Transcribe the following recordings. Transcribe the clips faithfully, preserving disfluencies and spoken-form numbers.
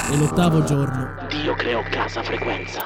È l'ottavo giorno. Dio creò Casa Frequenza.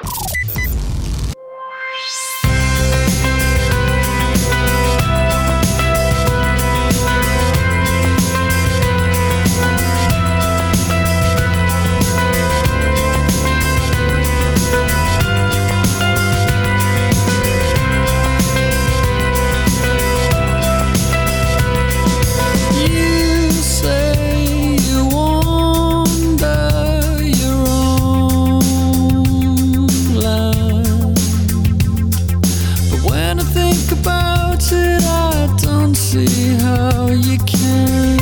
See how you can.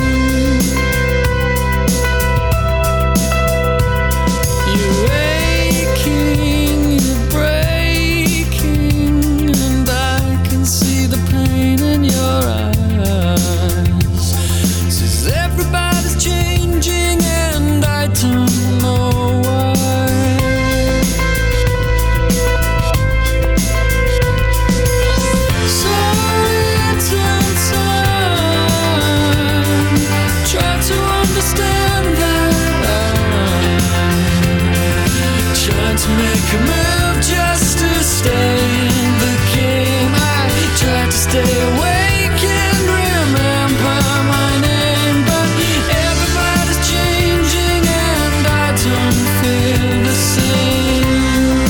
You're aching, you're breaking, and I can see the pain in your eyes. Says everybody's changing and I don't know why. Make a move just to stay in the game. I tried to stay awake and remember my name, but everybody's changing and I don't feel the same.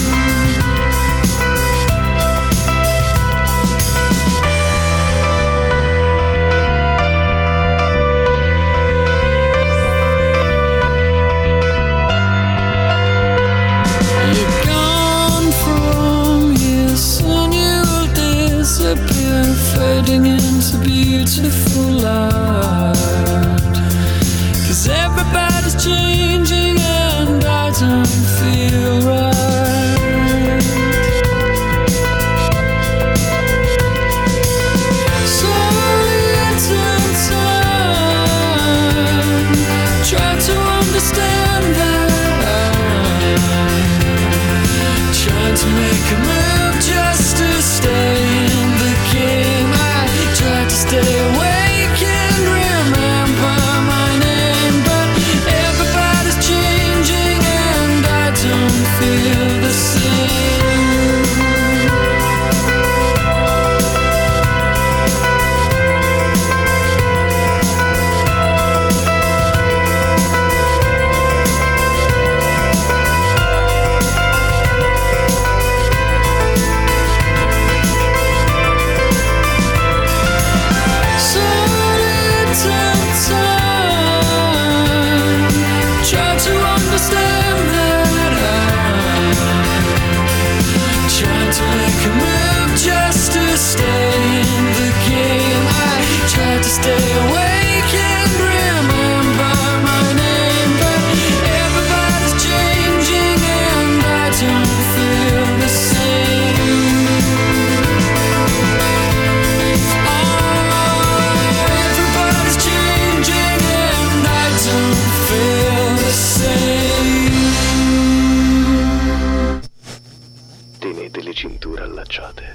Fading into beautiful light. 'Cause everybody's changing and I don't feel right. Slowly into time, try to understand that I'm trying to make a move just to stay in the game. I tried to stay awake and remember my name, but everybody's changing and I don't feel the same. Just to stay in the game, I tried to stay awake and remember my name, but everybody's changing and I don't feel the same. Oh, everybody's changing and I don't feel the same. Tenete le cinture allacciate.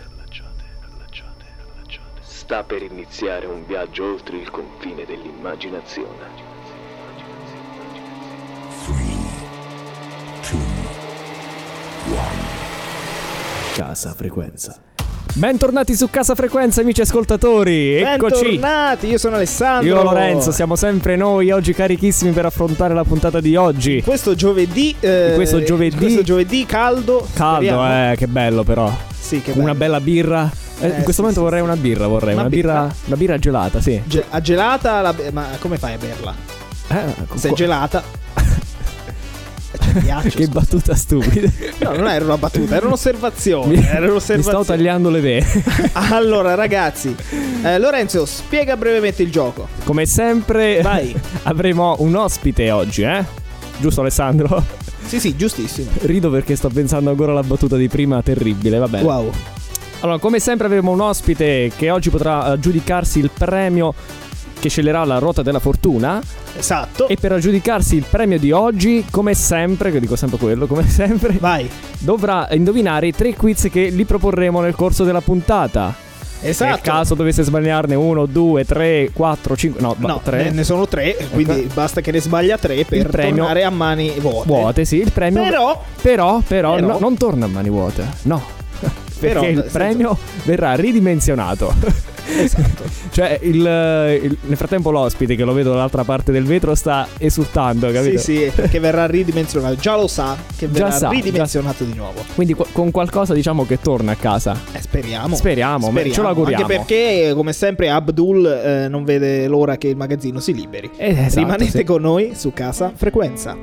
Sta per iniziare un viaggio oltre il confine dell'immaginazione. Casa Frequenza. Bentornati su Casa Frequenza, amici ascoltatori. Eccoci. Bentornati, io sono Alessandro. Io Lorenzo, siamo sempre noi oggi carichissimi per affrontare la puntata di oggi. Questo giovedì eh, questo giovedì questo giovedì caldo. Caldo, speriamo. eh, che bello però. Sì, che Una bello. bella birra. Eh, Eh, in questo sì, momento sì, vorrei sì. una birra, vorrei Una una birra, birra? una birra gelata, sì. Ge- a gelata la be- ma come fai a berla? Eh, Se è co- gelata. Cioè, ghiaccio, Che scusa. battuta stupida. No, non era una battuta, era un'osservazione. Mi, era mi un'osservazione. sto tagliando le vene. Allora, ragazzi, eh, Lorenzo, spiega brevemente il gioco. Come sempre Vai. avremo un ospite oggi, eh? Giusto Alessandro? Sì, sì, giustissimo. Rido perché sto pensando ancora alla battuta di prima, terribile, va bene. Wow. Allora, come sempre avremo un ospite che oggi potrà aggiudicarsi il premio che sceglierà la ruota della fortuna. Esatto. E per aggiudicarsi il premio di oggi, come sempre, che dico sempre quello, come sempre, Vai. dovrà indovinare i tre quiz che gli proporremo nel corso della puntata. Esatto. Nel caso dovesse sbagliarne uno, due, tre, quattro, cinque. No, No, tre. ne, ne sono tre, quindi Ecco. basta che ne sbaglia tre per Il premio- tornare a mani vuote. Vuote, sì, il premio. Però, Però, però, Però- no- non torna a mani vuote. No. Però, Perché il nel senso- premio verrà ridimensionato. esatto. Cioè, il, il- nel frattempo l'ospite, che lo vedo dall'altra parte del vetro, sta esultando, capito? Sì, sì, perché verrà ridimensionato. Già lo sa che Già verrà sa, ridimensionato di nuovo. Quindi qu- con qualcosa, diciamo, che torna a casa. Eh, speriamo. Speriamo, ma ce lo auguriamo. Anche perché, come sempre, Abdul eh, non vede l'ora che il magazzino si liberi. Eh, esatto, Rimanete sì. con noi su Casa Frequenza.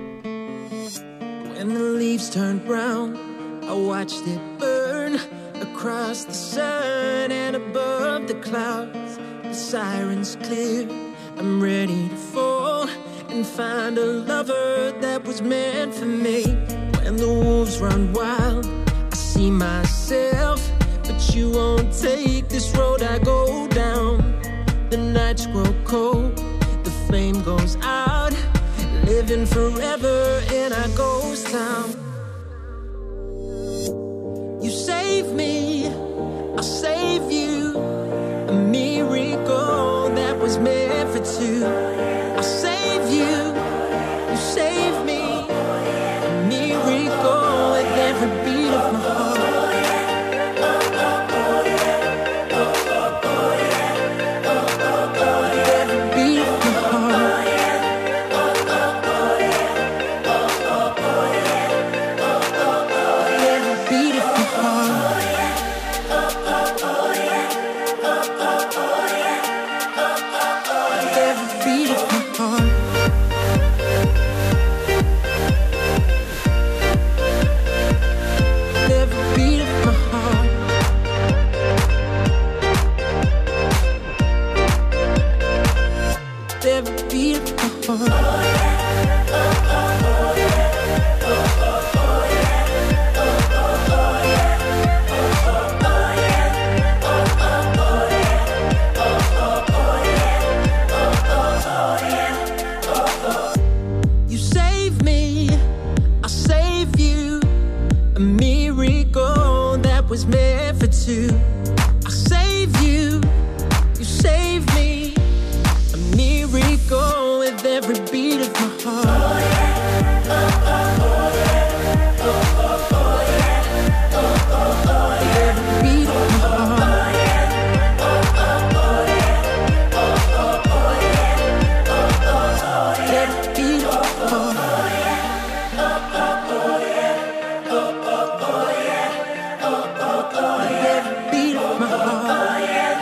When the leaves turned brown, I watched it burn across the sun and above the clouds. The sirens clear, I'm ready to fall and find a lover that was meant for me. When the wolves run wild, I see myself, but you won't take this road I go down. The nights grow cold, the flame goes out, living forever in our ghost town. You save me, I'll save you. A miracle that was meant for two. I'll save you, you save me. A miracle with every beat of my heart. Every beat of my heart. Every beat of my heart. Every beat of my heart. Every beat of my heart. Every beat of my heart. You save me, I'll save you. A miracle that was meant for two. I'll save you, you save me. A miracle with every beat of my heart. Every beat of my heart. Every beat of my heart. Every beat of my heart.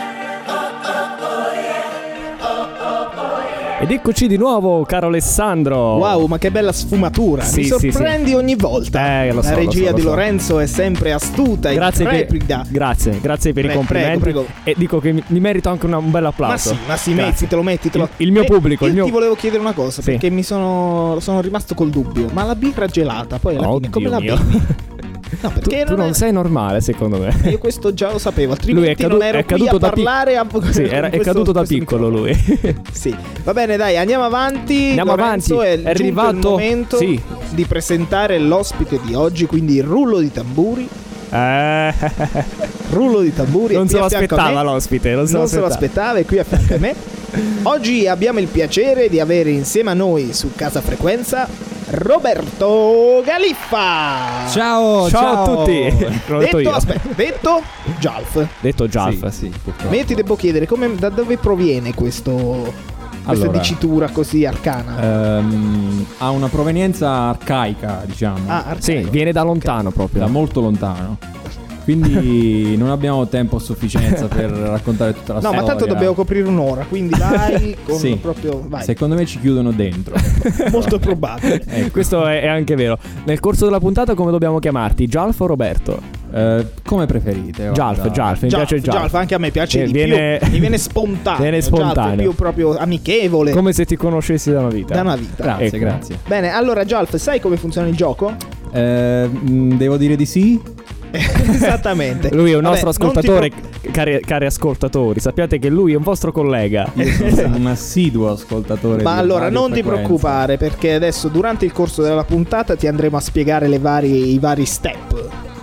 Ed eccoci di nuovo, caro Alessandro. Wow, ma che bella sfumatura. Sì, Mi sì, sorprendi ogni volta. Eh, lo so, La lo regia so, lo di so. Lorenzo è sempre astuta Grazie e per, intrepida. grazie, grazie per Pre- i complimenti. prego, prego. E dico che mi, mi merito anche una- un bel applauso. Ma sì, ma sì, Grazie. mettitelo, mettitelo. Il, il mio E pubblico, io il mio ti volevo chiedere una cosa, Sì. perché mi sono, sono rimasto col dubbio. Ma la birra gelata, poi alla fine, Oddio come la mio. bevi? No, Tu, perché tu non è- sei normale, secondo me. Io questo già lo sapevo, Lui altrimenti è, cadu- non ero è qui caduto a da pic- parlare a... Sì, era- è questo- caduto da questo piccolo microfono. lui. Sì, va bene, dai, andiamo avanti. Andiamo Lorenzo, avanti. È, È giunto arrivato- il momento sì. di presentare l'ospite di oggi, quindi il rullo di tamburi. Eh, Rullo di tamburi. non è se qui lo a fianco a aspettava me. l'ospite. Non se lo Non se lo aspettava. aspettava, è qui a fianco a me. Oggi abbiamo il piacere di avere insieme a noi su Casa Frequenza Roberto Galiffa. Ciao, Ciao a tutti. L'ho detto Detto, io. aspetta, detto Gialf. Detto Gialfa. Sì, sì, purtroppo. Ma io ti devo chiedere come, da dove proviene questo, questa Allora, dicitura così arcana? Ehm, ha una provenienza arcaica, diciamo, ah, arcana. Sì, viene da lontano proprio. da molto lontano. Quindi non abbiamo tempo a sufficienza per raccontare tutta la No, storia. ma tanto dobbiamo coprire un'ora, quindi vai con Sì. proprio vai. Secondo me ci chiudono dentro. Molto probabile. Ecco. Questo è, è anche vero. Nel corso della puntata come dobbiamo chiamarti? Gialfa o Roberto? Eh, come preferite? Gialf, guarda. Gialf, mi Gialf, piace Gialf. Gialf, anche a me piace Eh, di viene- più. Mi viene spontaneo. Viene Gialf è spontaneo. più proprio amichevole. Come se ti conoscessi da una vita. Da una vita. Grazie, Ecco. grazie. Bene, allora Gialf, sai come funziona il gioco? Eh, mh, devo dire di sì? Esattamente. Lui è un Vabbè, nostro non ti ascoltatore, pro- cari, cari ascoltatori. Sappiate che lui è un vostro collega. Io sono un assiduo ascoltatore. Ma di allora Radio non ti Frequenza. preoccupare, perché adesso durante il corso della puntata ti andremo a spiegare le varie, i vari step.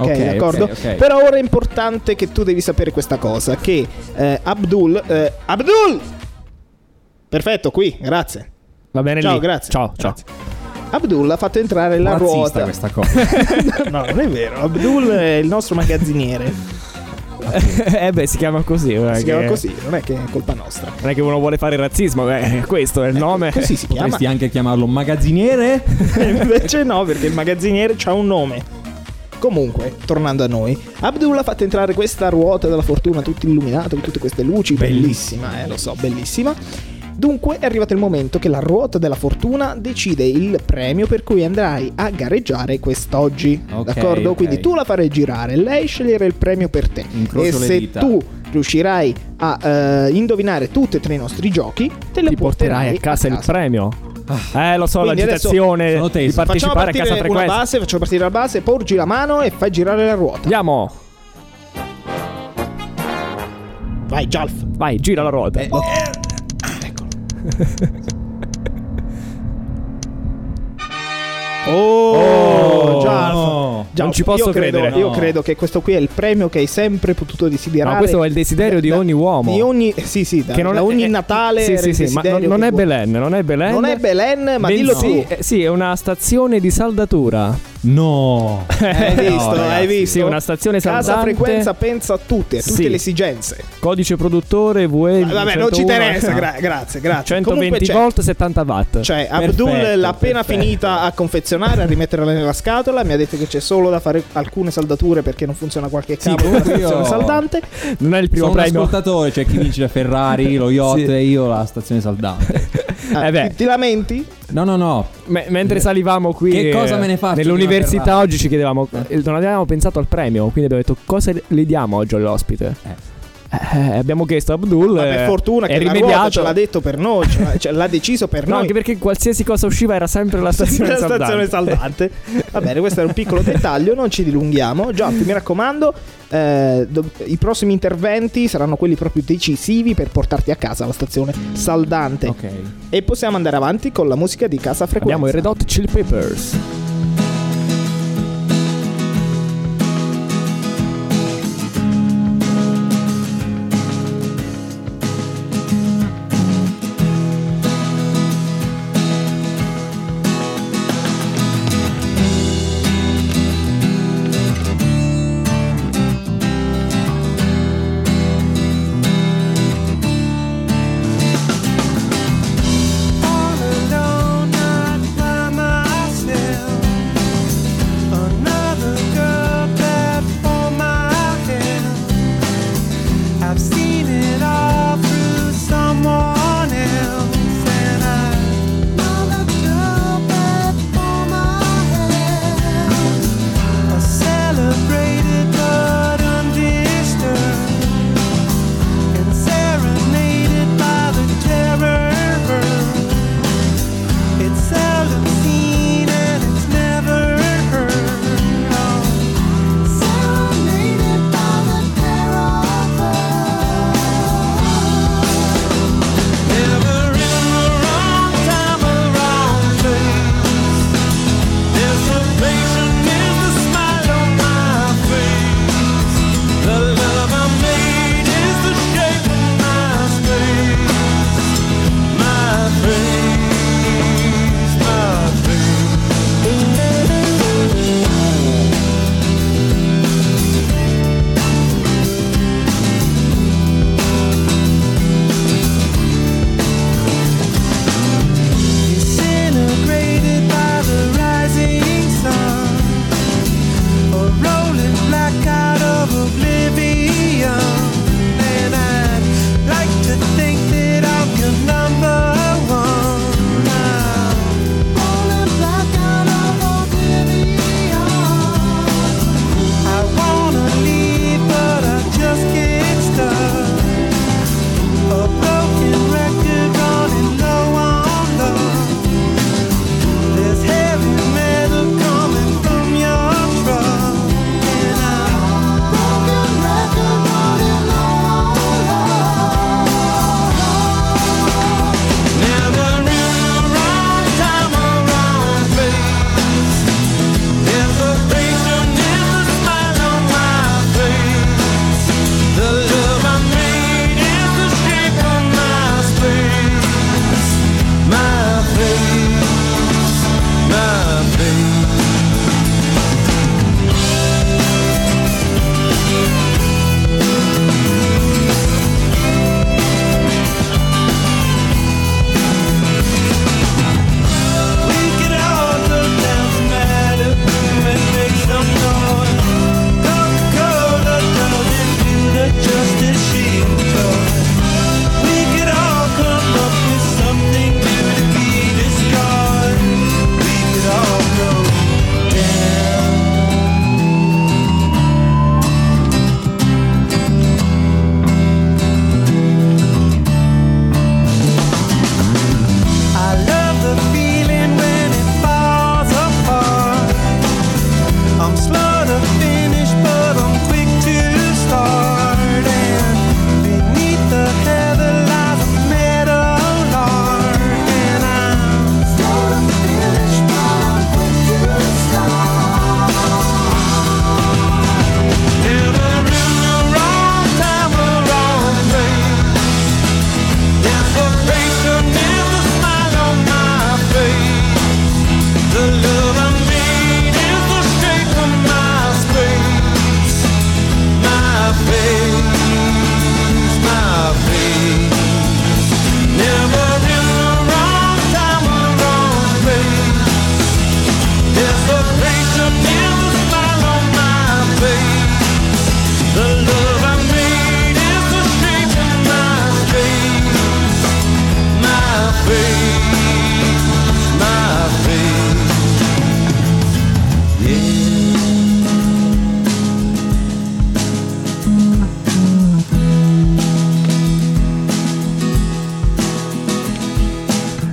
Ok, d'accordo? ok, ok. Però ora è importante che tu devi sapere questa cosa, che eh, Abdul eh, Abdul Perfetto, qui, grazie. Va bene Ciao, lì. grazie. Ciao, Grazie. Abdul ha fatto entrare la Razzista ruota. questa cosa. No, non è vero. Abdul è il nostro magazziniere. ciao. Eh beh, si chiama così. non è Si che- chiama così, non è che è colpa nostra. Non è che uno vuole fare il razzismo, beh, questo è il nome. Così si chiama. Potresti anche chiamarlo magazziniere? Invece no, perché il magazziniere c'ha un nome. Comunque, tornando a noi, Abdul ha fatto entrare questa ruota della fortuna tutta illuminata con tutte queste luci, bellissima, eh, lo so, bellissima. Dunque è arrivato il momento che la ruota della fortuna decide il premio per cui andrai a gareggiare quest'oggi, Ok, d'accordo? ok. Quindi tu la farai girare, lei sceglierà il premio per te. Incrocio e le se dita. tu riuscirai a eh, indovinare tutti e tre i nostri giochi, te le Ti porterai porterai a casa il premio. Eh, lo so, Quindi l'agitazione sono teso. di Facciamo partecipare a partire casa una frequenza. base, facciamo partire la base, porgi la mano e fai girare la ruota. Andiamo. Vai, Jalf. Vai, gira la ruota. Eh, Oh, Jalf. no. Jalf, Non ci posso io credo, credere. Io No. credo che questo qui è il premio che hai sempre potuto desiderare. No, questo è il desiderio di Da- ogni uomo. Di ogni, sì, sì, da, Che non da è- ogni eh, Natale. Sì, era sì, il sì, ma desiderio non, non che è vuoi. Belen, non è Belen. Non è Belen, ma dillo tu. Bensì, eh, sì, è una stazione di saldatura. No. Hai visto, No, ragazzi. hai visto? Sì, una stazione Casa saldante. frequenza pensa a tutte, a tutte Sì. le esigenze. Codice produttore V E. Vabbè, non ci centouno. interessa, gra- grazie, grazie. Comunque centoventi c'è- volt, settanta watt. Cioè, Abdul Perfetto, l'ha appena perfetto. finita a confezionare, a rimetterla nella scatola. Mi ha detto che c'è solo da fare alcune saldature perché non funziona qualche Sì, cavo comunque della io- stazione saldante. Non è il primo Sono un premio. ascoltatore, c'è chi vince la Ferrari, lo yacht Sì. e io la stazione saldante. Ah, Eh beh. ti, ti lamenti? No, no, no. Me- mentre salivamo qui Che cosa eh, me ne faccio di nell'università una Ferrari? oggi ci chiedevamo eh, non avevamo pensato al premio, quindi abbiamo detto cosa le diamo oggi all'ospite. Eh. Eh, abbiamo chiesto a Abdul. Ma per eh, fortuna è che la ruota rimediato. ce l'ha detto per noi, ce l'ha, ce l'ha deciso per No, noi. anche perché qualsiasi cosa usciva era sempre la stazione la saldante. stazione saldante. Va bene, questo era un piccolo dettaglio, non ci dilunghiamo. Gianni, mi raccomando, eh, do- i prossimi interventi saranno quelli proprio decisivi per portarti a casa la stazione saldante. Ok. E possiamo andare avanti con la musica di Casa Frequenza. Abbiamo i Red Hot Chili Peppers. All alone, not by myself.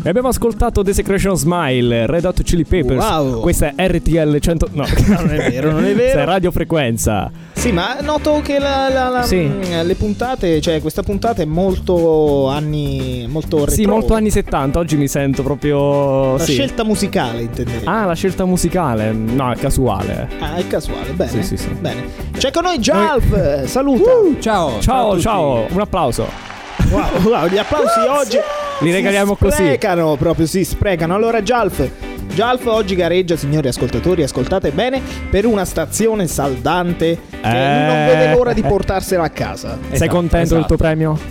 E abbiamo ascoltato The Secretion Smile, Red Hot Chili Peppers. Wow. Questa è R T L cento. No, non è vero, non è vero. Questa è radiofrequenza. Sì, ma noto che la, la, la, Sì. mh, le puntate, cioè questa puntata è molto anni, molto retro. Sì, molto anni settanta. Oggi mi sento proprio. La sì. scelta musicale, intenderei. Ah, la scelta musicale. No, è casuale. Ah, è casuale, bene. Sì, sì, sì. Bene. C'è con noi Jalf, saluta. Ciao. Ciao, a ciao, tutti. un applauso. Wow, wow, gli applausi oggi Li regaliamo si così. sprecano, proprio si sprecano. Allora Jalf, Jalf oggi gareggia, signori ascoltatori, ascoltate bene, per una stazione saldante che Eh. non vede l'ora di portarsela a casa. Sei Esatto, contento del esatto. tuo premio?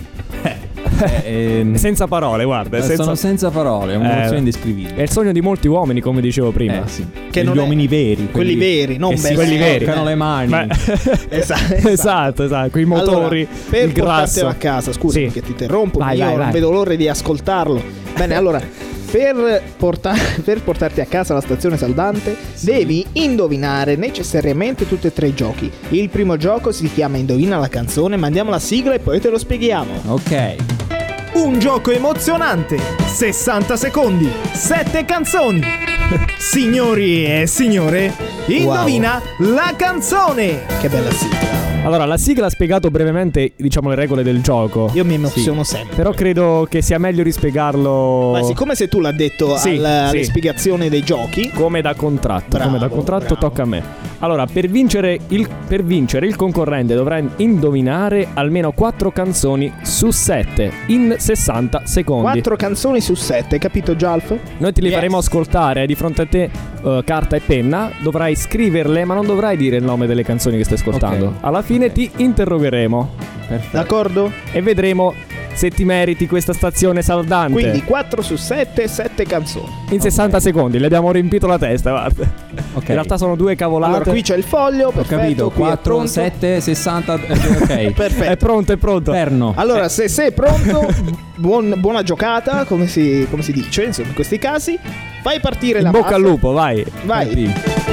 Eh, ehm, Senza parole, guarda. eh, Senza... Sono senza parole, è un'emozione Eh, indescrivibile. È il sogno di molti uomini, come dicevo prima. Eh, sì. Che Gli non è- uomini veri, Quelli veri, non che si best quelli veri. toccano le mani. Beh, Esatto, esatto, esatto, quei motori, Allora, per il grasso. portartelo a casa, scusa Sì. che ti interrompo, Vai, io vai, non vai. vedo l'ora di ascoltarlo. Bene, allora, per, porta- per portarti a casa la stazione saldante devi indovinare necessariamente tutti e tre i giochi. Il primo gioco si chiama Indovina la canzone, mandiamo la sigla e poi te lo spieghiamo. Ok. Un gioco emozionante, sessanta secondi, sette canzoni. Signori e signore, indovina la canzone. Che bella sigla. Allora, la sigla ha spiegato brevemente, diciamo, le regole del gioco. Io mi emoziono sempre. Però credo che sia meglio rispiegarlo Ma siccome se tu l'ha detto Sì, alla sì. alle spiegazioni dei giochi, come da contratto. Bravo, come da contratto bravo. tocca a me. Allora, per vincere, il, per vincere il concorrente dovrà indovinare almeno quattro canzoni su sette in sessanta secondi. quattro canzoni su sette, capito Jalf? Noi te li Yes. faremo ascoltare di fronte a te, eh, carta e penna. Dovrai scriverle, ma non dovrai dire il nome delle canzoni che stai ascoltando. Ok. Alla fine Ok. ti interrogheremo Perfetto. D'accordo? e vedremo se ti meriti questa stazione saldante. Quindi quattro su sette, sette canzoni. In sessanta secondi le abbiamo riempito la testa, guarda. Ok. In realtà sono due cavolate. Allora qui c'è il foglio, Ho perfetto, capito. qui è quattro, pronto. sette, sessanta. eh, Ok. Perfetto. È pronto, è pronto. Perno. Allora, se sei pronto, buon- buona giocata, come si, come si dice, insomma, in questi casi. Fai partire In la bocca al base. lupo, vai. Vai. Sì.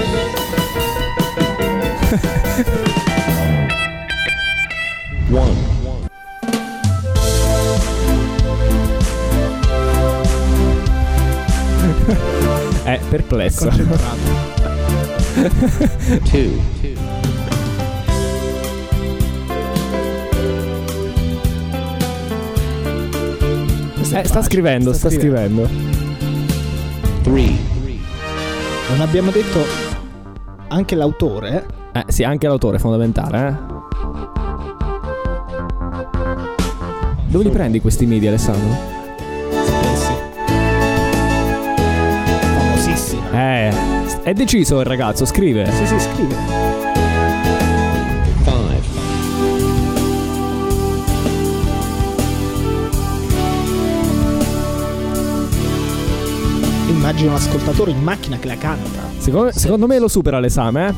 One. È perplesso. Two. Eh, sta scrivendo, sta scrivendo. Three. Non abbiamo detto anche l'autore, eh? Eh, sì, anche l'autore è fondamentale, eh. Dove li prendi questi midi, Alessandro? Sì. Famosissimo. Eh, è deciso il ragazzo, scrive. Sì, sì, scrive. Five. Immagino l'ascoltatore in macchina che la canta. Secondo, secondo me lo supera l'esame, eh.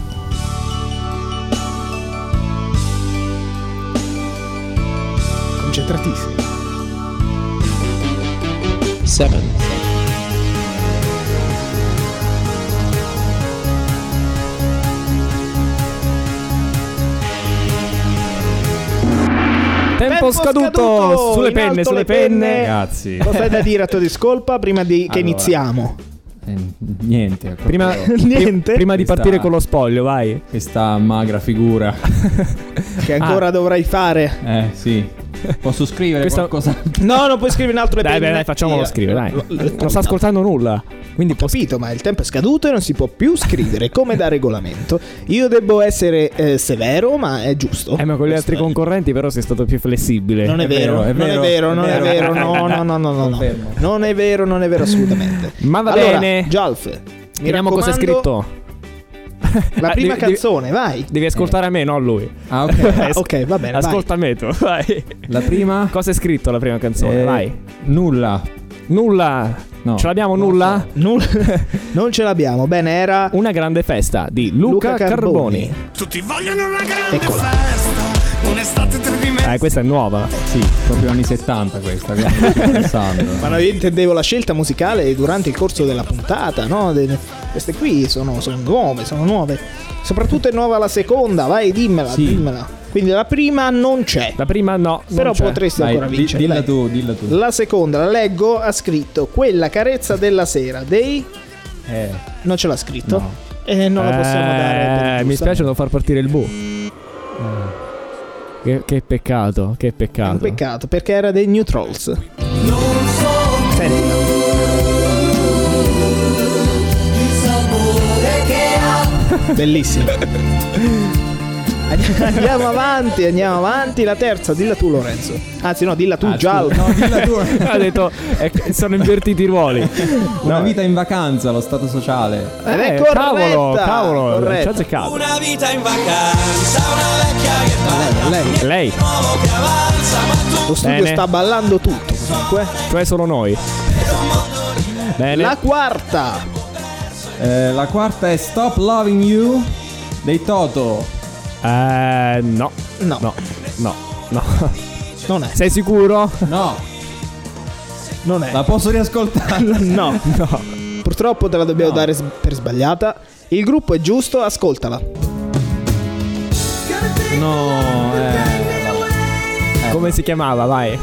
Concentratissimo. Seven. Tempo, scaduto, sulle in penne, alto sulle le penne. Ragazzi. Cosa hai da dire a tua discolpa prima di che Allora. iniziamo? Eh, niente. Prima, proprio Niente? prima di Questa- partire con lo spoglio, vai. Questa magra figura. Che ancora dovrai fare. Eh, sì. Posso scrivere Questa- qualcosa? No, non puoi scrivere in altre Dai, penne. dai, dai, facciamolo Io- scrivere, dai. Lo- lo- Non sta ascoltando nulla. Quindi Ho può capito, ma il tempo è scaduto e non si può più scrivere come da regolamento. Io devo essere eh, severo, ma è giusto. Eh, ma con gli Questo altri è- concorrenti però sei stato più flessibile. Non è, È vero, vero, è non è vero, vero, è non è vero. vero, no, no, no, no, no, no. Confermo. Non è vero, non è vero assolutamente. Ma va Allora, bene. Jalf, mi Vediamo cosa è raccomando, scritto. La Eh, prima devi- canzone, vai. Devi ascoltare a me, non a lui. Ah, ok. Ok, va bene, vai. Ascolta me tu, vai. La prima? Cosa è scritto la prima canzone? Eh, Vai. Nulla. Nulla. No. Ce l'abbiamo Non lo nulla? Nulla- non ce l'abbiamo. Bene, era Una grande festa di Luca, Luca Carboni. Carboni. Tutti vogliono una grande Eccola. festa, un'estate tradimento. Eh, questa è nuova. Sì, proprio anni settanta questa, che sto pensando. Ma no, io intendevo la scelta musicale durante il corso della puntata, no? De- queste qui sono, sono nuove, sono nuove. Soprattutto è nuova la seconda, vai, dimmela, Sì. dimmela. Quindi la prima non c'è. La prima no. non Però c'è. potresti Vai, ancora di- vincere. dilla dai. tu, dilla tu. La seconda, la leggo, ha scritto quella carezza della sera dei... Eh, Non ce l'ha scritto. No. E non la possiamo dare per Eh, mi giusta. spiace non far partire il bu. Che, che peccato, che È peccato. un peccato, perché era dei New Trolls. Sentila. Bellissimo. Andiamo avanti, andiamo avanti. La terza, dilla tu Lorenzo. Anzi no, dilla tu ah, Giallo. scusa, no, dilla tu. Ha detto eh, sono invertiti i ruoli. Una vita in vacanza, lo stato sociale. Ed è Eh, corretta. cavolo, cavolo, Corretta. ci ha azzeccato. Una vita in vacanza, una vecchia che parla, Lei, Lei, nuovo che avanza, ma tu lo studio Bene. sta ballando tutto comunque. cioè solo noi. Bene. La quarta. Eh, la quarta è Stop Loving You dei Toto. Eh, no, No, no, no, no. non è. Sei sicuro? No, Non è. la posso riascoltare. No, No. purtroppo te la dobbiamo No. dare s- per sbagliata. Il gruppo è giusto, ascoltala. No, eh, vabbè. Come si chiamava? Vai.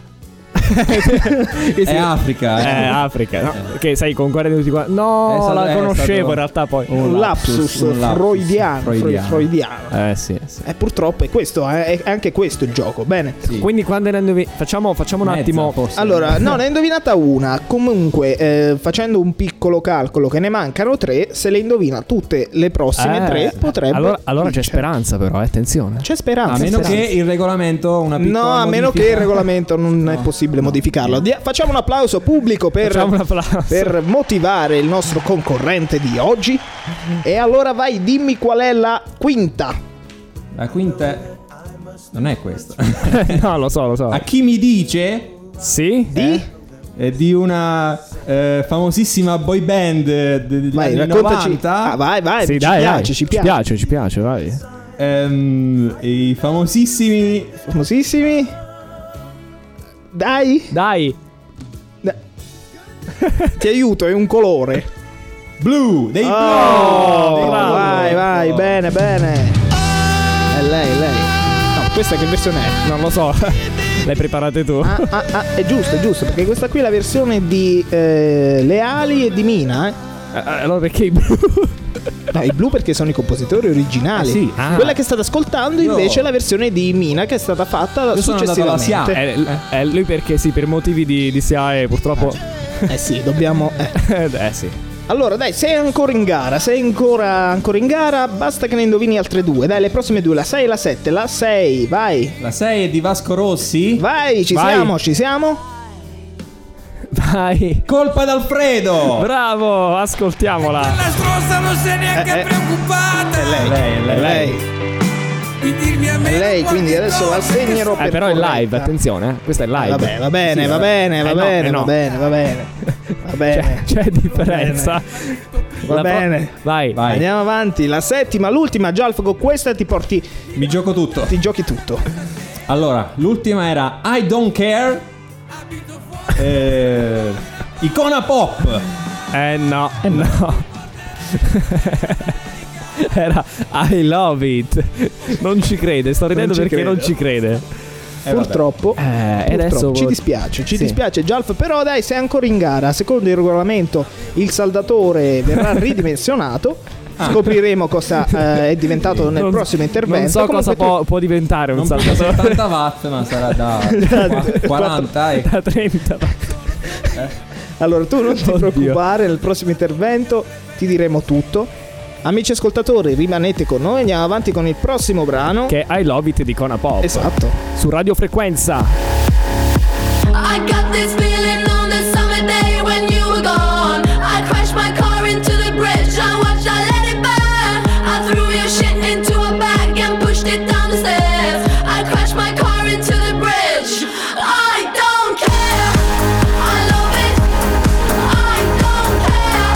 È Africa. Eh, eh. Africa, no? Che sai con quaranta minuti qua. No, È stato- la è conoscevo stato- in realtà poi. Un lapsus, un lapsus freudiano, fre- freudiano. freudiano. Eh sì, sì. E purtroppo è questo, eh, è anche questo il gioco. Bene. Sì. Quindi quando ne indovi- facciamo, facciamo un Mezza, attimo. forse. Allora, no, ne hai indovinata una. Comunque, eh, facendo un piccolo calcolo, che ne mancano tre. Se le indovina tutte le prossime Eh, tre, potrebbe. Allora, allora c'è vincere. speranza, però, eh, attenzione. C'è speranza. A meno speranza. che il regolamento una piccola No, a meno modifica- che il regolamento non è No. possibile modificarlo. Dia- facciamo un applauso pubblico per, Facciamo un applauso. per motivare il nostro concorrente di oggi. E allora vai, dimmi qual è la quinta. La quinta è... non è questa. No, lo so, lo so. A chi mi dice Sì? Di? è di una eh, famosissima boy band eh, de- degli Vai, anni raccontaci. novanta. Ah, vai, vai. Sì, ci dai, piace, dai. ci Ci piace. piace, ci piace, vai. Ehm, I famosissimi Famosissimi. Dai. Dai. Da- Ti aiuto, è un colore. Blue dei Oh, Blue. Dei bravo. vai, vai, Ecco. bene, bene. È lei, è lei. No, questa che versione è? Non lo so. Le preparate tu. Ah, ah, ah, è giusto, è giusto, perché questa qui è la versione di eh, Leali e di Mina, eh. Eh, allora perché i blu? No, i blu perché sono i compositori originali. Eh sì. Ah. Quella che state ascoltando Io- invece è la versione di Mina che è stata fatta Io sono andato alla successivamente. S I A. Eh, eh, lui perché sì, per motivi di, di S I A E purtroppo. Eh sì, dobbiamo... eh. Eh, sì. Allora dai, sei ancora in gara, sei ancora, ancora in gara, basta che ne indovini altre due. Dai, le prossime due, la sei e la sette. La sei, vai. La sei è di Vasco Rossi. Vai, ci Vai. siamo, ci siamo. Vai. Colpa d'Alfredo. Bravo, ascoltiamola. La stronza non si è neanche Eh, eh. preoccupata È lei, lei, è lei. è lei. di dirmi a me È lei, quindi adesso la segnerò per Eh, però è live, corretta. attenzione, eh. Questa è live. Vabbè, va bene, Sì, va vabbè. bene, va Eh, no, bene, eh, va no. bene, va bene. Va bene. C'è, c'è differenza. Va La pro- bene. Vai. Vai. Andiamo avanti, la settima, l'ultima, Gialfo, con questa ti porti, Mi gioco tutto. ti giochi tutto. Allora, l'ultima era I Don't Care. Eh, Icona Pop. Eh no, eh no. Era I love it. Non ci crede, sto ridendo ci perché credo. non ci crede. Eh, Purtroppo, Eh, e purtroppo, adesso ci dispiace, ci Sì. dispiace Gialf, però dai, sei ancora in gara. Secondo il regolamento il saldatore verrà ridimensionato. Scopriremo cosa eh, è diventato nel Non- prossimo intervento. Non so cosa Comunque tu- può, può diventare un Non più da saltatore. settanta watt, ma sarà da quaranta. E... Da trenta. Allora tu non ti Oddio. preoccupare, nel prossimo intervento ti diremo tutto. Amici ascoltatori, rimanete con noi, andiamo avanti con il prossimo brano. Che è I love it di Icona Pop. Esatto. Su Radio Frequenza. I got this feeling on the summer day when you were gone. I crashed my car into the bridge. I watched, I let it burn. I threw your shit into a bag and pushed it down the stairs. I crashed my car into the bridge. I don't care. I love it. I don't care.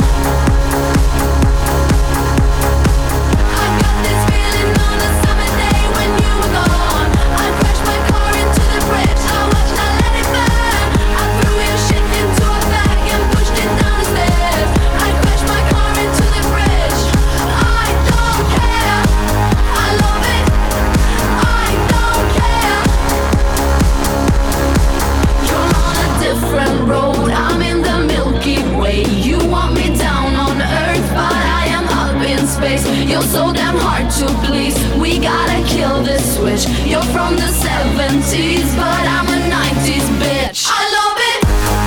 I got this feeling on a summer day when you were gone. I crashed my car into the bridge. I watched, I let it burn. I threw your shit space. You're so damn hard to please. We gotta kill this switch. You're from the seventies, but I'm a nineties bitch. I love it.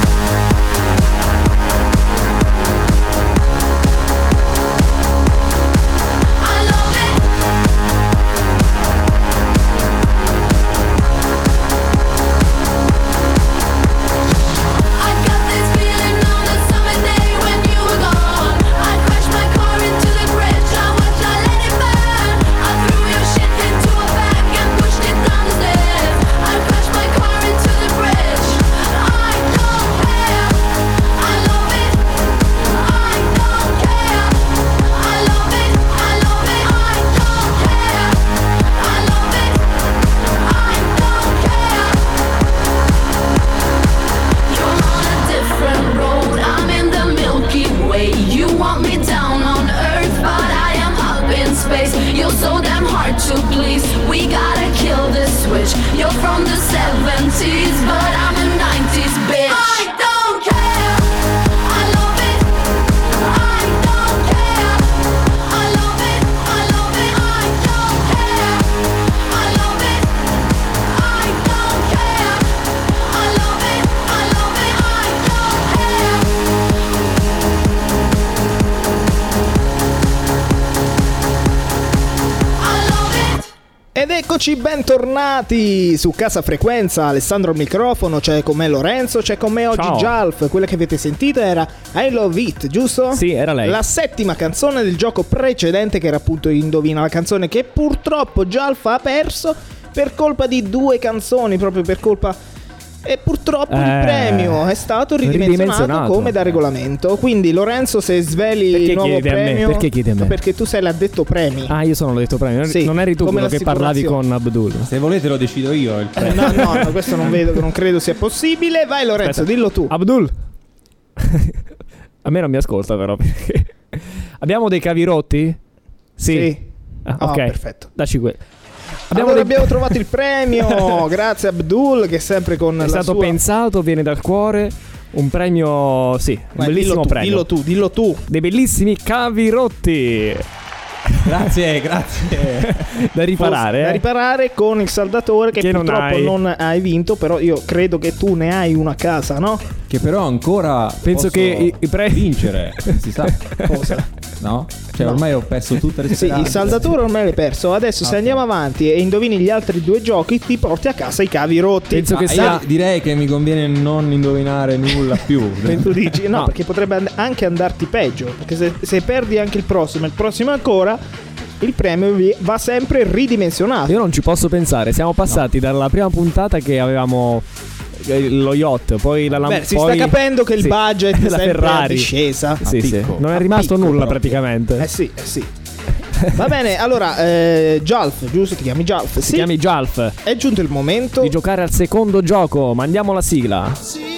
Eccoci, bentornati su Casa Frequenza. Alessandro al microfono, c'è con me Lorenzo, c'è con me oggi Ciao. Jalf. Quella che avete sentito era I Love It, giusto? Sì, era lei. La settima canzone del gioco precedente, che era appunto Indovina la canzone, che purtroppo Jalf ha perso per colpa di due canzoni, proprio per colpa... E purtroppo Eh, il premio è stato ridimensionato, ridimensionato. come da regolamento. Quindi Lorenzo, se sveli Perché il nuovo chiedi a me? premio... Perché chiedi a me? Perché tu sei l'addetto premi. Ah, io sono l'ho detto premio. Sì, Non eri tu come quello che parlavi l'assicurazione. con Abdul. Se volete lo decido io il Eh, premio. No, no, no, questo non vedo, non credo sia possibile. Vai Lorenzo, Aspetta. dillo tu. Abdul. A me non mi ascolta però perché... Abbiamo dei cavi rotti? Sì. Ah, Ah, ok. perfetto. Dacci quello. Abbiamo, dei- abbiamo trovato il premio. Grazie Abdul, che è sempre con È la stato sua... pensato, viene dal cuore. Un premio, sì, un Vai, bellissimo dillo tu, premio. dillo tu, dillo tu. Dei bellissimi cavi rotti Grazie, grazie. da riparare. Da eh. riparare con il saldatore che, Che non purtroppo hai. non hai vinto. Però io credo che tu ne hai una a casa, no? Che però ancora Penso posso che i- i pre- vincere, si sa, Cosa? no? Cioè No. ormai ho perso tutte le Sì, speranze. il saldatore ormai l'hai perso. Adesso se Ok. andiamo avanti e indovini gli altri due giochi, ti porti a casa i cavi rotti. Penso Ma che io sia direi che mi conviene non indovinare nulla più. Tu dici no, No. perché potrebbe and- anche andarti peggio. Perché se, se perdi anche il prossimo e il prossimo ancora, il premio vi- va sempre ridimensionato. Io non ci posso pensare. Siamo passati dalla prima puntata che avevamo eh, lo yacht, poi la Lam- Beh, si poi- sta capendo che il sì, budget è la sempre Ferrari. a discesa. Sì, sì. picco. Non è A rimasto picco nulla proprio. praticamente. Eh sì, eh sì. Va bene, allora, eh, Jalf, giusto? Ti chiami Jalf? Si Sì. chiami Jalf È giunto il momento. di giocare al secondo gioco. Mandiamo la sigla.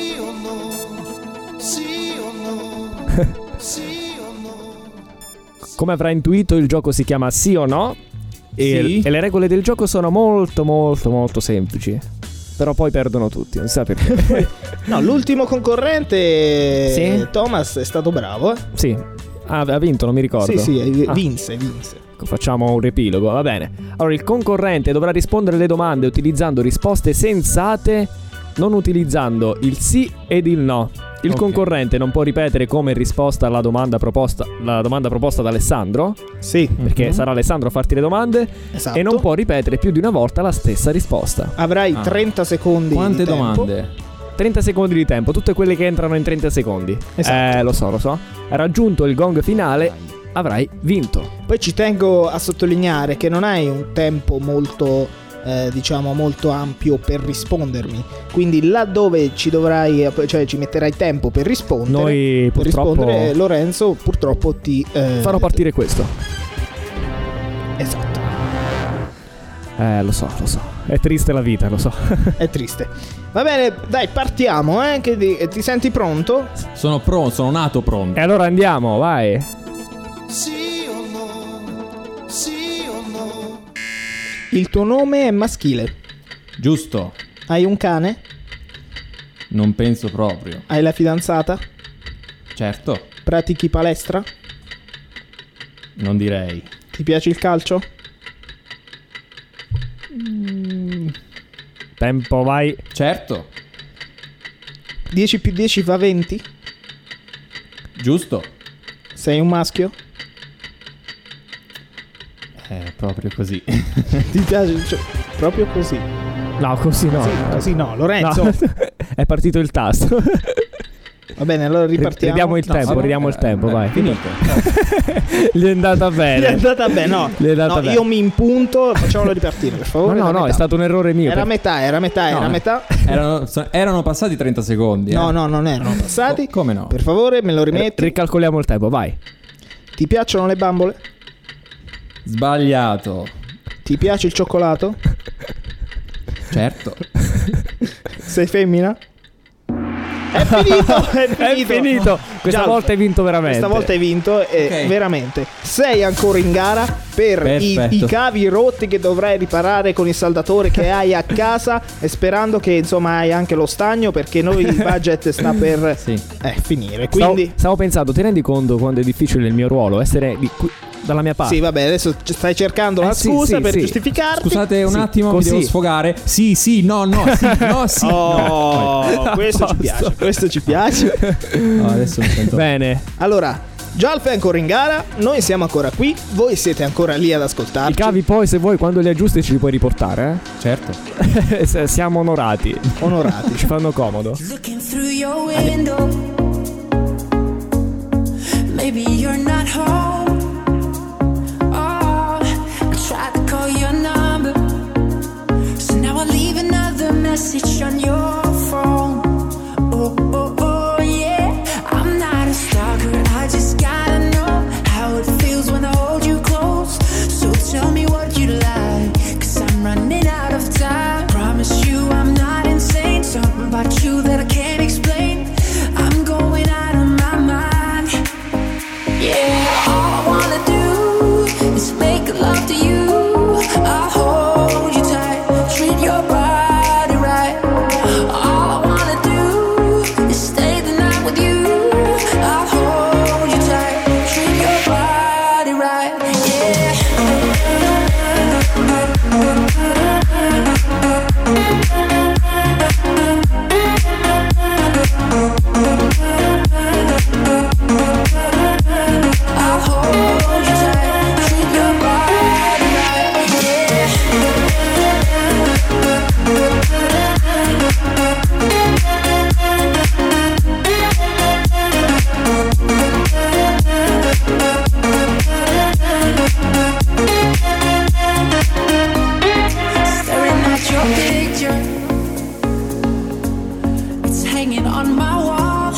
Come avrai intuito, il gioco si chiama Sì o No. E, Sì. e le regole del gioco sono molto, molto, molto semplici. Però poi perdono tutti, non si sa perché. No, l'ultimo concorrente, Sì? Thomas, è stato bravo. Eh? Sì, ha, ha vinto, non mi ricordo. Sì, sì, Ah. vinse, vinse. Facciamo un riepilogo, va bene. Allora, il concorrente dovrà rispondere alle domande utilizzando risposte sensate, non utilizzando il sì ed il no. Il Ok. concorrente non può ripetere come risposta alla domanda proposta, la domanda proposta da Alessandro, Sì, perché Mhm. sarà Alessandro a farti le domande, esatto. e non può ripetere più di una volta la stessa risposta. Avrai Ah. trenta secondi Quante di tempo. domande? trenta secondi di tempo, tutte quelle che entrano in trenta secondi. Esatto. Eh, lo so, lo so. Raggiunto il gong finale, avrai vinto. Poi ci tengo a sottolineare che non hai un tempo molto eh, diciamo molto ampio per rispondermi. Quindi laddove ci dovrai, cioè ci metterai tempo per rispondere, Noi per purtroppo rispondere, Lorenzo purtroppo ti eh, farò partire questo. Esatto. Eh, lo so, lo so. È triste la vita, lo so. È triste. Va bene, dai, partiamo, eh, che di- ti senti pronto? Sono pronto, sono nato pronto. E allora andiamo, vai. Il tuo nome è maschile. Giusto? Hai un cane? Non penso proprio. Hai la fidanzata? Certo. Pratichi palestra? Non direi. Ti piace il calcio? Tempo, vai. Certo. dieci più dieci fa venti? Giusto. Sei un maschio? È proprio così. Ti piace? Cioè, proprio così. No, così no. Sì, così no, Lorenzo. No. È partito il tasto. Va bene, allora ripartiamo. Ridiamo il No, tempo, vabbè. ridiamo il tempo, Eh, vai. Finito. Gli è andata bene. Gli è andata bene, no. Gli è andata no bene. io mi impunto, facciamolo ripartire, per No, favore. no, da no, metà. è stato un errore mio. Era per- metà, era metà, era No, metà. Erano, so- erano passati trenta secondi. No, eh. no, non erano passati. Co- come no? Per favore, me lo rimetti. Ricalcoliamo il tempo, vai. Ti piacciono le bambole? Sbagliato. Ti piace il cioccolato? Certo. Sei femmina? È finito, è È finito. finito. Questa Giallo. volta hai vinto veramente. Questa volta hai vinto e Ok. veramente sei ancora in gara per i, Perfetto. i cavi rotti che dovrai riparare con il saldatore che hai a casa e sperando che insomma hai anche lo stagno perché noi il budget sta per Sì. eh, finire. Stavo, Quindi stavo pensando, ti rendi conto quando è difficile il mio ruolo? Essere di qui- dalla mia parte. sì, vabbè, adesso ci stai cercando Eh, una sì, scusa sì, per sì. giustificarti. Scusate un Sì, attimo, così. mi devo sfogare. Sì, sì, no, no, sì, no, sì. Oh, no. questo ci Posto. piace, questo ci piace. No, adesso mi sento. Bene. Allora, Gialf è ancora in gara, noi siamo ancora qui, voi siete ancora lì ad ascoltarci. I cavi poi, se vuoi, quando li aggiusti ci li puoi riportare, Certo. eh? Se- Siamo onorati. Onorati. Ci fanno comodo. Looking through your window, maybe you're not home. Oh, I tried to call your number, so now I leave another message on your phone. Oh, oh, oh, yeah. I'm not a stalker, I just gotta know how it feels when I hold you close. So tell me what you like, 'cause I'm running out of time. Promise you I'm not insane, something about you that I can't explain. I'm going out of my mind. Yeah, all I wanna do is make love to you. I'll hold you tight, treat your body right. All I wanna do is stay the night with you. I'll hold you tight, treat your body right. Yeah. I'll hold you tight, treat your body right. Yeah. Staring at your picture, it's hanging on my wall.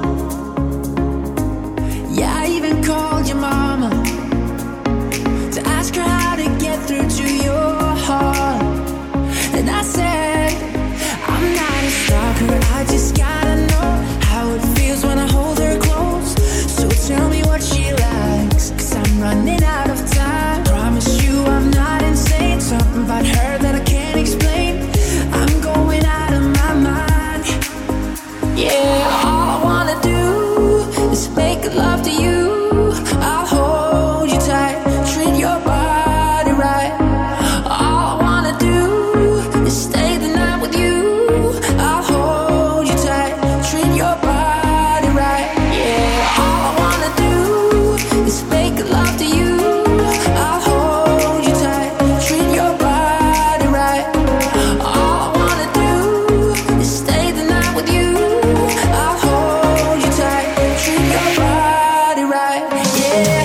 Yeah, I even called your mama to ask her how to get through to your heart. And I said, I'm not a stalker, I just gotta know how it feels when I hold her close. So tell me what she likes, 'cause I'm running out of time. Promise you I'm not insane, something about her that I can't explain. I'm going out of my mind. Yeah, all I wanna do is make love to you. I'll hold you tight, treat your body right. All I wanna do is stay the night with you. I'll hold you tight, treat your body right. Yeah, all I wanna do is make love to you. I'll hold you tight, treat your body right. All I wanna do is stay the night with you. I'll hold you tight, treat your body right. Yeah.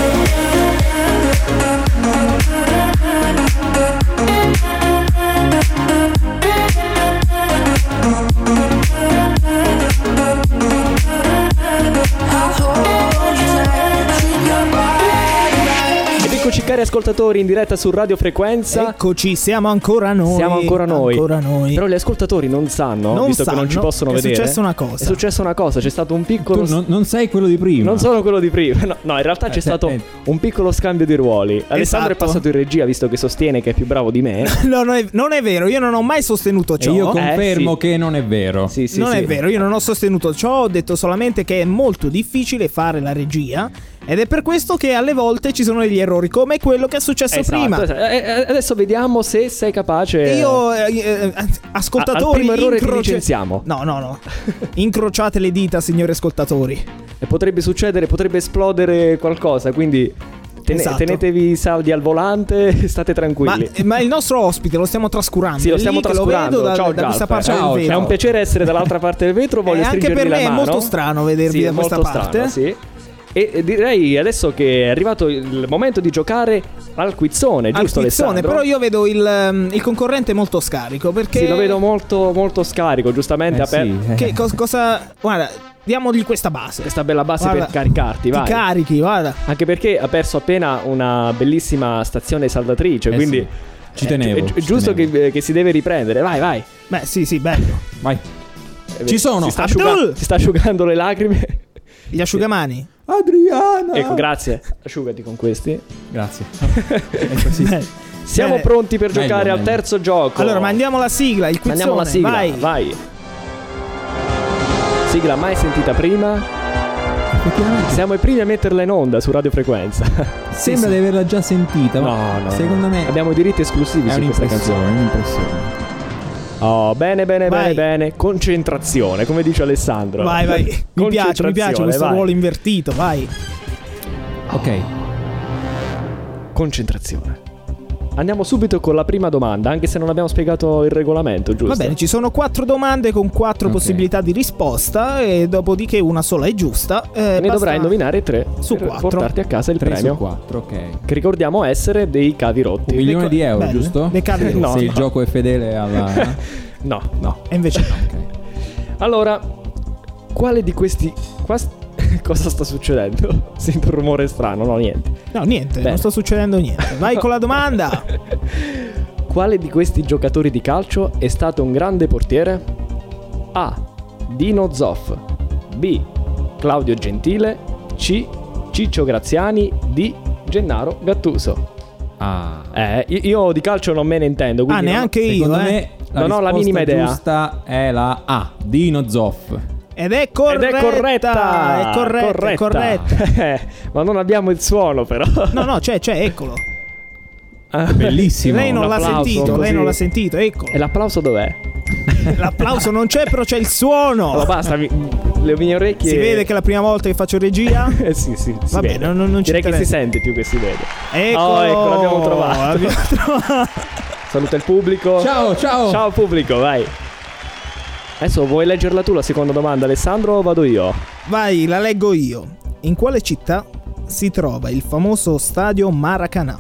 I'll hold you tight, treat your body right. Ed eccoci cari ascoltatori in diretta su Radio Frequenza. Eccoci, siamo ancora noi. Siamo ancora noi. Ancora noi. Però gli ascoltatori non sanno, Non visto che non sanno ci possono che è vedere. successa una cosa. È successa una cosa, c'è stato un piccolo Tu non, non sei quello di prima. Non sono quello di prima. No, no, in realtà c'è Eh, stato eh. un piccolo scambio di ruoli. Alessandro è Esatto. passato in regia visto che sostiene che è più bravo di me. No, non, è, non è vero, io non ho mai sostenuto E ciò. io confermo Eh, sì. che non è vero. Sì, sì, non sì. è vero, io non ho sostenuto ciò, ho detto solamente che è molto difficile fare la regia Ed è per questo che alle volte ci sono degli errori, come quello che è successo Esatto, prima. esatto. E- e- adesso vediamo se sei capace. E io, eh, eh, ascoltatori, Al primo errore ti incroci- licenziamo. No, no, no. Incrociate le dita, signori ascoltatori. E potrebbe succedere, potrebbe esplodere qualcosa, quindi tene- Esatto. tenetevi saldi al volante, state Ma, tranquilli. ma il nostro ospite lo stiamo trascurando. Sì, lo È stiamo lì che trascurando. Lo vedo da, Ciao, da questa Gialp. parte Ciao, del È vetro. un piacere essere dall'altra parte del vetro, voglio Eh, anche stringervi per me la è mano. molto strano vedervi Sì, da è questa molto parte. strano, sì. E e direi adesso che è arrivato il momento di giocare al quizzone, Al giusto quizzone, Alessandro? però io vedo il, um, il concorrente molto scarico perché Sì, lo vedo molto, molto scarico, giustamente. Eh, aper- sì, eh. che cos- cosa guarda, diamogli questa base. Questa bella base Guarda, per caricarti, Ti vai. carichi, guarda. Anche perché ha perso appena una bellissima stazione saldatrice, Eh, quindi sì. Ci eh, tenevo, è, gi- è ci giusto tenevo. che, che si deve riprendere. Vai, vai. Beh, sì, sì, bello. Vai. Eh, Ci sono. Si sta, Abdul! asciuga- si sta asciugando le lacrime. Gli asciugamani. Adriana. Ecco, grazie. Asciugati con questi. Grazie. È così. Beh, Siamo bene. pronti per Meglio, giocare al meglio. terzo gioco. Allora, mandiamo la sigla, il quizzone. Mandiamo la sigla. Vai. Vai. Sigla mai sentita prima. Effettivamente Siamo i primi a metterla in onda su radiofrequenza. sembra sì. di averla già sentita, ma No, no. secondo me Abbiamo diritti esclusivi è su questa un'impressione, canzone. un'impressione. Oh, bene, bene, Vai. bene, bene. Concentrazione, come dice Alessandro. Vai, vai. Mi piace, mi piace questo vai. ruolo invertito, vai. Ok. Concentrazione. Andiamo subito con la prima domanda, anche se non abbiamo spiegato il regolamento, giusto? Va bene, ci sono quattro domande con quattro Ok. possibilità di risposta e dopodiché una sola è giusta. Eh, E ne basta- dovrai indovinare tre Su per quattro. portarti a casa il tre premio. su quattro, ok. Che ricordiamo essere dei cavi rotti. Un milione co- di euro, belle, giusto? le cavi Se- rotte. Se il No. gioco è fedele alla... No, no. E invece no. Ok. Allora, quale di questi... qua- Cosa sta succedendo? Sento un rumore strano, no, niente. No, niente, Bene. non sta succedendo niente. Vai con la domanda. Quale di questi giocatori di calcio è stato un grande portiere? A. Dino Zoff. B. Claudio Gentile. C. Ciccio Graziani. D. Gennaro Gattuso. Ah. Eh, io- io di calcio non me ne intendo. Ah, quindi non- neanche io, Secondo eh. me la Non ho la risposta minima idea. giusta è la A, Dino Zoff. Ed è Ed corretta. è corretta! È corretta, è corretta. Eh, ma non abbiamo il suono, però. No, no, c'è, c'è, eccolo. Bellissimo. Lei non un l'ha applauso, sentito, lei così. non l'ha sentito, eccolo. E l'applauso dov'è? L'applauso non c'è, però c'è il suono. Allora, basta, mi- le mie orecchie. Si vede che è la prima volta che faccio regia? Eh sì, sì, si Va vede. bene, non- non ci Direi che si interessa. sente più che si vede. Ecco, Oh, ecco, l'abbiamo trovato. l'abbiamo trovato. Saluta il pubblico. Ciao, ciao. Ciao pubblico, vai. Adesso vuoi leggerla tu la seconda domanda, Alessandro, o vado io? Vai, la leggo io. In quale città si trova il famoso stadio Maracanã?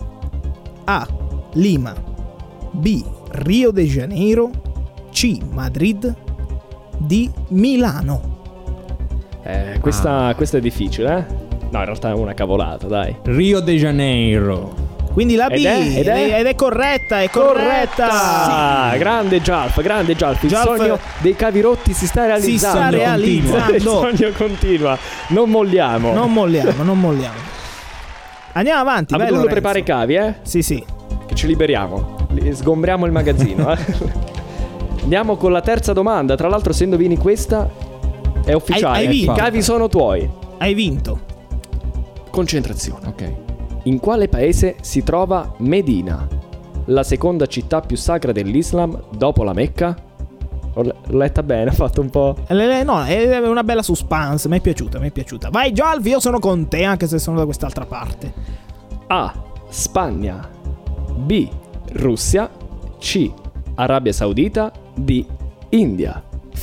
A. Lima. B. Rio de Janeiro. C. Madrid. D. Milano. Eh, questa, Ah. questa è difficile, eh? No, in realtà è una cavolata, dai. Rio de Janeiro. Quindi la B Ed è- ed è- ed è corretta, è corretta. Ah, grande Gialp, grande Gialp. Il Gialp- sogno dei cavi rotti si sta realizzando. Si sta Il realizzando. sogno continua. Non molliamo. Non molliamo, non molliamo. Andiamo avanti, vai Abdul, Lorenzo. prepara i cavi, eh? Sì, sì. Che ci liberiamo. Li- Sgombriamo il magazzino, eh? Andiamo con la terza domanda. Tra l'altro, se indovini questa, è ufficiale. Hai- hai vinto. I cavi sono tuoi. Hai vinto. Concentrazione. Ok. In quale paese si trova Medina, la seconda città più sacra dell'Islam dopo la Mecca? Ho le- l'ho letta bene, ho fatto un po'. Eh, eh, No, è una bella suspense, mi è piaciuta, mi è piaciuta. Vai Gialvi, io sono con te anche se sono da quest'altra parte. A. Spagna. B. Russia. C. Arabia Saudita. D. India.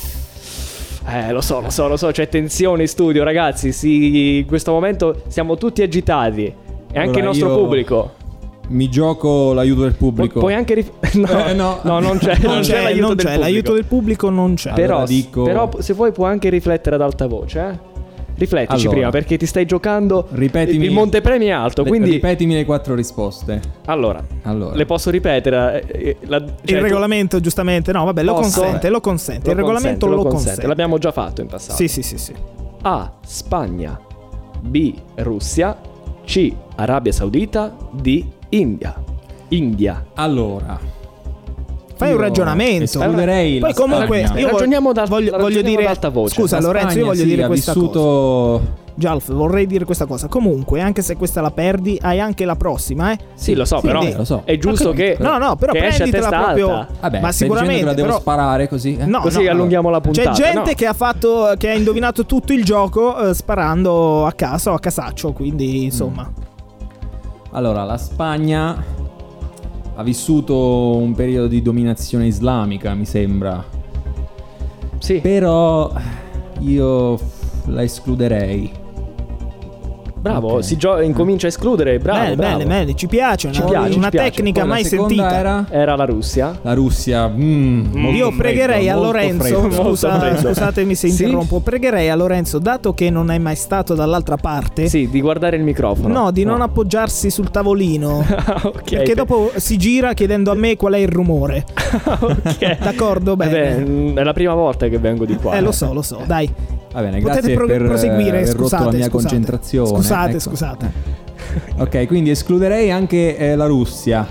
Eh, lo so, lo so, lo so, c'è tensione in studio, ragazzi. Sì, in questo momento siamo tutti agitati. E anche Allora, il nostro io pubblico. Mi gioco l'aiuto del Pu- pubblico. puoi anche rif- no, Eh, no. no, non c'è, non c'è l'aiuto non del c'è, pubblico. l'aiuto del pubblico non c'è. Però, Allora dico- però se vuoi puoi anche riflettere ad alta voce, eh? Riflettici Allora. prima perché ti stai giocando. Ripetimi- Il montepremi è alto, Le- quindi Ripetimi le quattro risposte. allora, Allora. le posso ripetere? eh, eh, la- cioè, Il tu- regolamento giustamente, no, vabbè, lo Posso? consente, lo consente. Il lo regolamento consente, lo consente. L'abbiamo già fatto in passato. Sì, sì, sì, sì. A. Spagna. B. Russia. C. Arabia Saudita. D. India. India. Allora. Fai Io un ragionamento. escluderei Poi la comunque Spagna. io vo- Ragioniamo ad al- voglio, voglio ragioniamo dire ad alta voce. Scusa La Lorenzo, io Spagna, voglio sì, dire ha questa vissuto cosa. Gialf, vorrei dire questa cosa. Comunque, anche se questa la perdi, hai anche la prossima, eh? Sì, lo so, Quindi- però Eh, lo so. è giusto Ho capito. che No, no, però che esce a prenditela testa proprio. alta. Vabbè, Ma stai dicendo sicuramente che la devo però- sparare così? Eh? No, Così no, allunghiamo la puntata. C'è gente no. che ha fatto che ha indovinato tutto il gioco eh, sparando a caso o a casaccio, quindi insomma. Allora, la Spagna ha vissuto un periodo di dominazione islamica, mi sembra. Sì. Però io la escluderei. Bravo, Ok. si gio- incomincia a escludere, bravo, bene, bravo. bene, bene, ci piace, Ci una, piace, una ci piace. tecnica Poi la mai seconda sentita. era Era la Russia. la Russia. mm, molto Io pregherei freddo, a molto Lorenzo, freddo. scusa, Molto freddo. scusatemi se Sì? interrompo, pregherei a Lorenzo, dato che non è mai stato dall'altra parte, Sì, di guardare il microfono. no, di non appoggiarsi sul tavolino, Ok. perché dopo si gira chiedendo a me qual è il rumore. Ok. D'accordo, Eh bene. beh, mm, è la prima volta che vengo di qua. Eh, lo so, lo so, dai. Va bene, Potete grazie pro- per eh, proseguire, aver scusate, rotto la mia scusate. concentrazione. Scusate, Ecco. scusate. Ok, quindi escluderei anche eh, la Russia.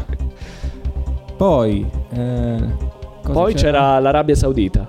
Poi eh, cosa Poi c'era l'Arabia Saudita.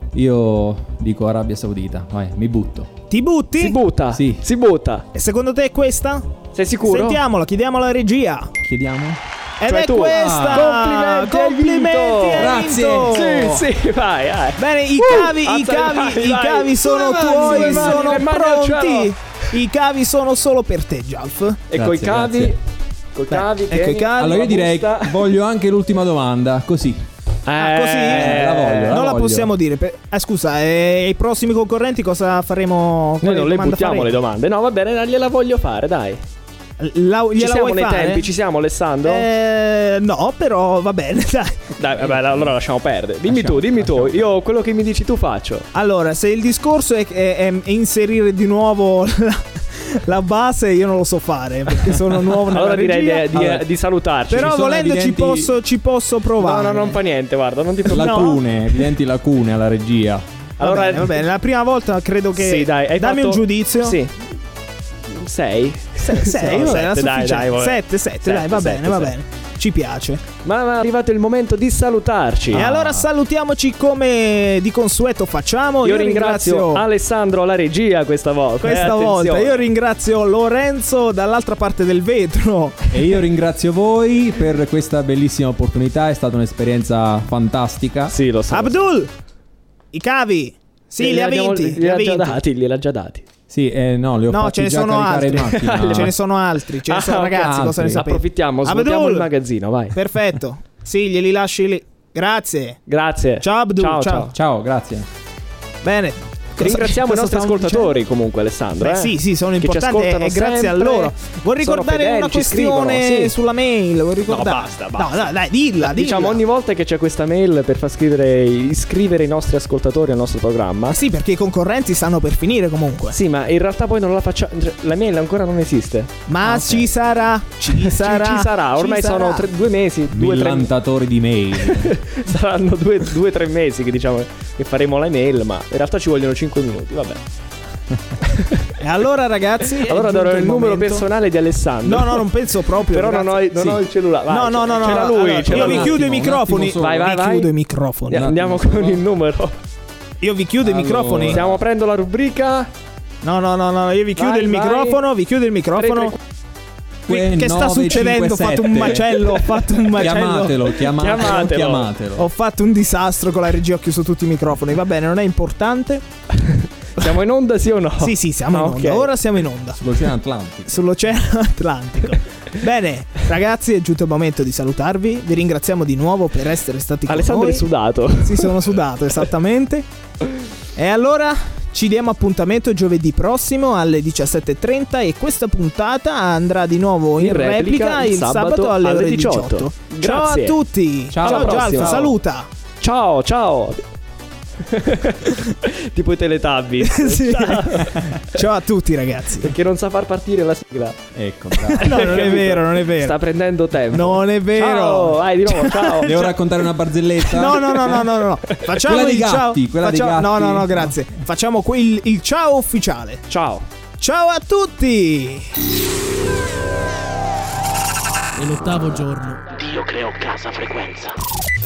Io dico Arabia Saudita. Vai, mi butto. Ti butti? Si butta. Sì. Si butta. E secondo te è questa? Sei sicuro? Sentiamola, chiediamo alla regia. Chiediamo. Ed Cioè è tu. questa! Complimenti, hai Complimenti, vinto! hai Grazie. vinto! Sì, sì, vai, vai. Bene, i Uh, cavi, i alza le cavi, mani, i vai. cavi sono Sulle mani, tuoi, sulle mani, sono le mani al cielo. pronti. I cavi sono solo per te, Gialf. E Grazie, coi cavi. grazie. Coi cavi. ecco i tieni cavi. Allora io la direi busta. voglio anche l'ultima domanda, così. Ah, così? Eh, la voglio, la non la voglio. possiamo dire. per- Ah, scusa, e i prossimi concorrenti cosa faremo? Noi Quale non le domanda buttiamo le faremo? domande. No, va bene, gliela voglio fare, dai. La, Ci gliela siamo vuoi nei fare? tempi, ci siamo, Alessandro? Eh, no, però va bene, dai. Dai, vabbè, allora lasciamo perdere. Dimmi Lasciamo, tu, dimmi lasciamo. tu. Io quello che mi dici tu faccio. Allora, se il discorso è, è- è inserire di nuovo la, la base, io non lo so fare perché sono nuovo nella Allora direi regia. di, di- Allora, di salutarci. Però ci sono volendo evidenti- ci, posso, ci posso No, provare. no, non fa niente, guarda, non ti preoccupare. Lacune, evidenti lacune alla regia. Va Allora, bene, va bene, la prima volta credo che Sì, dai, hai dammi fatto- un giudizio. Sì. Sei? Se- sei, No, va bene, sette, dai, sufficiente. dai, vabbè. sette, sette, dai, va Sette, bene, va sette. bene. Ci piace. Ma ma è arrivato il momento di salutarci. E allora salutiamoci come di consueto facciamo. Io, ringrazio, Alessandro alla regia questa volta. questa eh, volta. attenzione. Io ringrazio Lorenzo dall'altra parte del vetro. E io ringrazio voi per questa bellissima opportunità, è stata un'esperienza fantastica. Sì, lo so. Abdul, i cavi. Sì, li ha abbiamo- vinti. Li Li ha ha già vinti. dati, gliel'ha già dati. Sì, eh, no, li ho No, fatti ce ne già sono caricare in altri. macchina. Ce ne sono altri. Ce ne Ah, sono ok, ragazzi, cosa ne altri. sapete? Approfittiamo, svuotiamo Abdul. il magazzino, vai. Perfetto. Sì, glieli lasci lì. Grazie. Grazie. Ciao, Abdul, Ciao, ciao. ciao. Ciao, grazie. Bene. Cosa- Ringraziamo i cosa nostri stavamo ascoltatori comunque, Alessandro. Beh, eh, sì, sì, sono che ci importanti ascoltano e grazie a sempre, loro. Vuoi sono ricordare fedeli, una ci scrivono, questione sì. sulla mail? Vuoi ricordare? No, basta, basta. No, dai, dai, dilla, dilla. Diciamo ogni volta che c'è questa mail per far scrivere, iscrivere i nostri ascoltatori al nostro programma. Ma sì, perché i concorrenti stanno per finire comunque. Sì, ma in realtà poi non la facciamo. La mail ancora non esiste. Ma ci sarà, ci sarà. Ci, ci sarà, ormai ci sono sarà. tre- due mesi, due, tre, Millantatori di mail. saranno due, due, tre mesi che diciamo che faremo la mail, ma in realtà ci vogliono cinque minuti, vabbè. E allora ragazzi, è Allora giunto darò il numero momento. personale di Alessandro. No, no, non penso proprio. Però non ho, grazie. non Sì. ho il cellulare. Vai, No, no, no, no. C'era lui. allora, c'era io lui. vi chiudo i Un attimo microfoni. solo. Vai, vai, vi vai. chiudo i microfoni. Andiamo attimo con solo. il numero. Io vi chiudo i Allora. microfoni. Stiamo aprendo la rubrica. No, no, no, no, io vi chiudo Vai, il vai. microfono, vi chiudo il microfono. tre, Qui- tre, che sta nove, succedendo? Ho cinque, fatto un sette. macello, ho fatto un macello. Chiamatelo, chiamatelo, Chiamatelo. chiamatelo. Ho fatto un disastro con la regia, ho chiuso tutti i microfoni. Va bene, non è importante. Siamo in onda, sì o no? Sì, sì, siamo in Ah, onda. ok. Ora siamo in onda. Sull'Oceano Atlantico. Sull'Oceano Atlantico. Bene, ragazzi, è giunto il momento di salutarvi. Vi ringraziamo di nuovo per essere stati con Alessandro noi. è sudato. Si sono sudato, esattamente. E allora ci diamo appuntamento giovedì prossimo alle diciassette e trenta e questa puntata andrà di nuovo in, In replica replica il il sabato sabato alle alle ore diciotto. diciotto. Ciao Grazie. a tutti. Ciao, ciao alla Gialfa, prossima. saluta. Ciao, ciao. Tipo i Teletubbies. Sì. Ciao a tutti, ragazzi. Perché non sa far partire la sigla. Ecco, bravo. No, non è vero, non è vero. Sta prendendo tempo. Non è vero. Ciao, vai di nuovo, ciao. Devo raccontare una barzelletta? No, no, no, no, no, no. Facciamo Quella dei il ciao. gatti, quella dei Facciamo- No, gatti. no, no, grazie. Facciamo que- il, il ciao ufficiale. Ciao. Ciao a tutti. È l'ottavo giorno. Dio creò casa frequenza.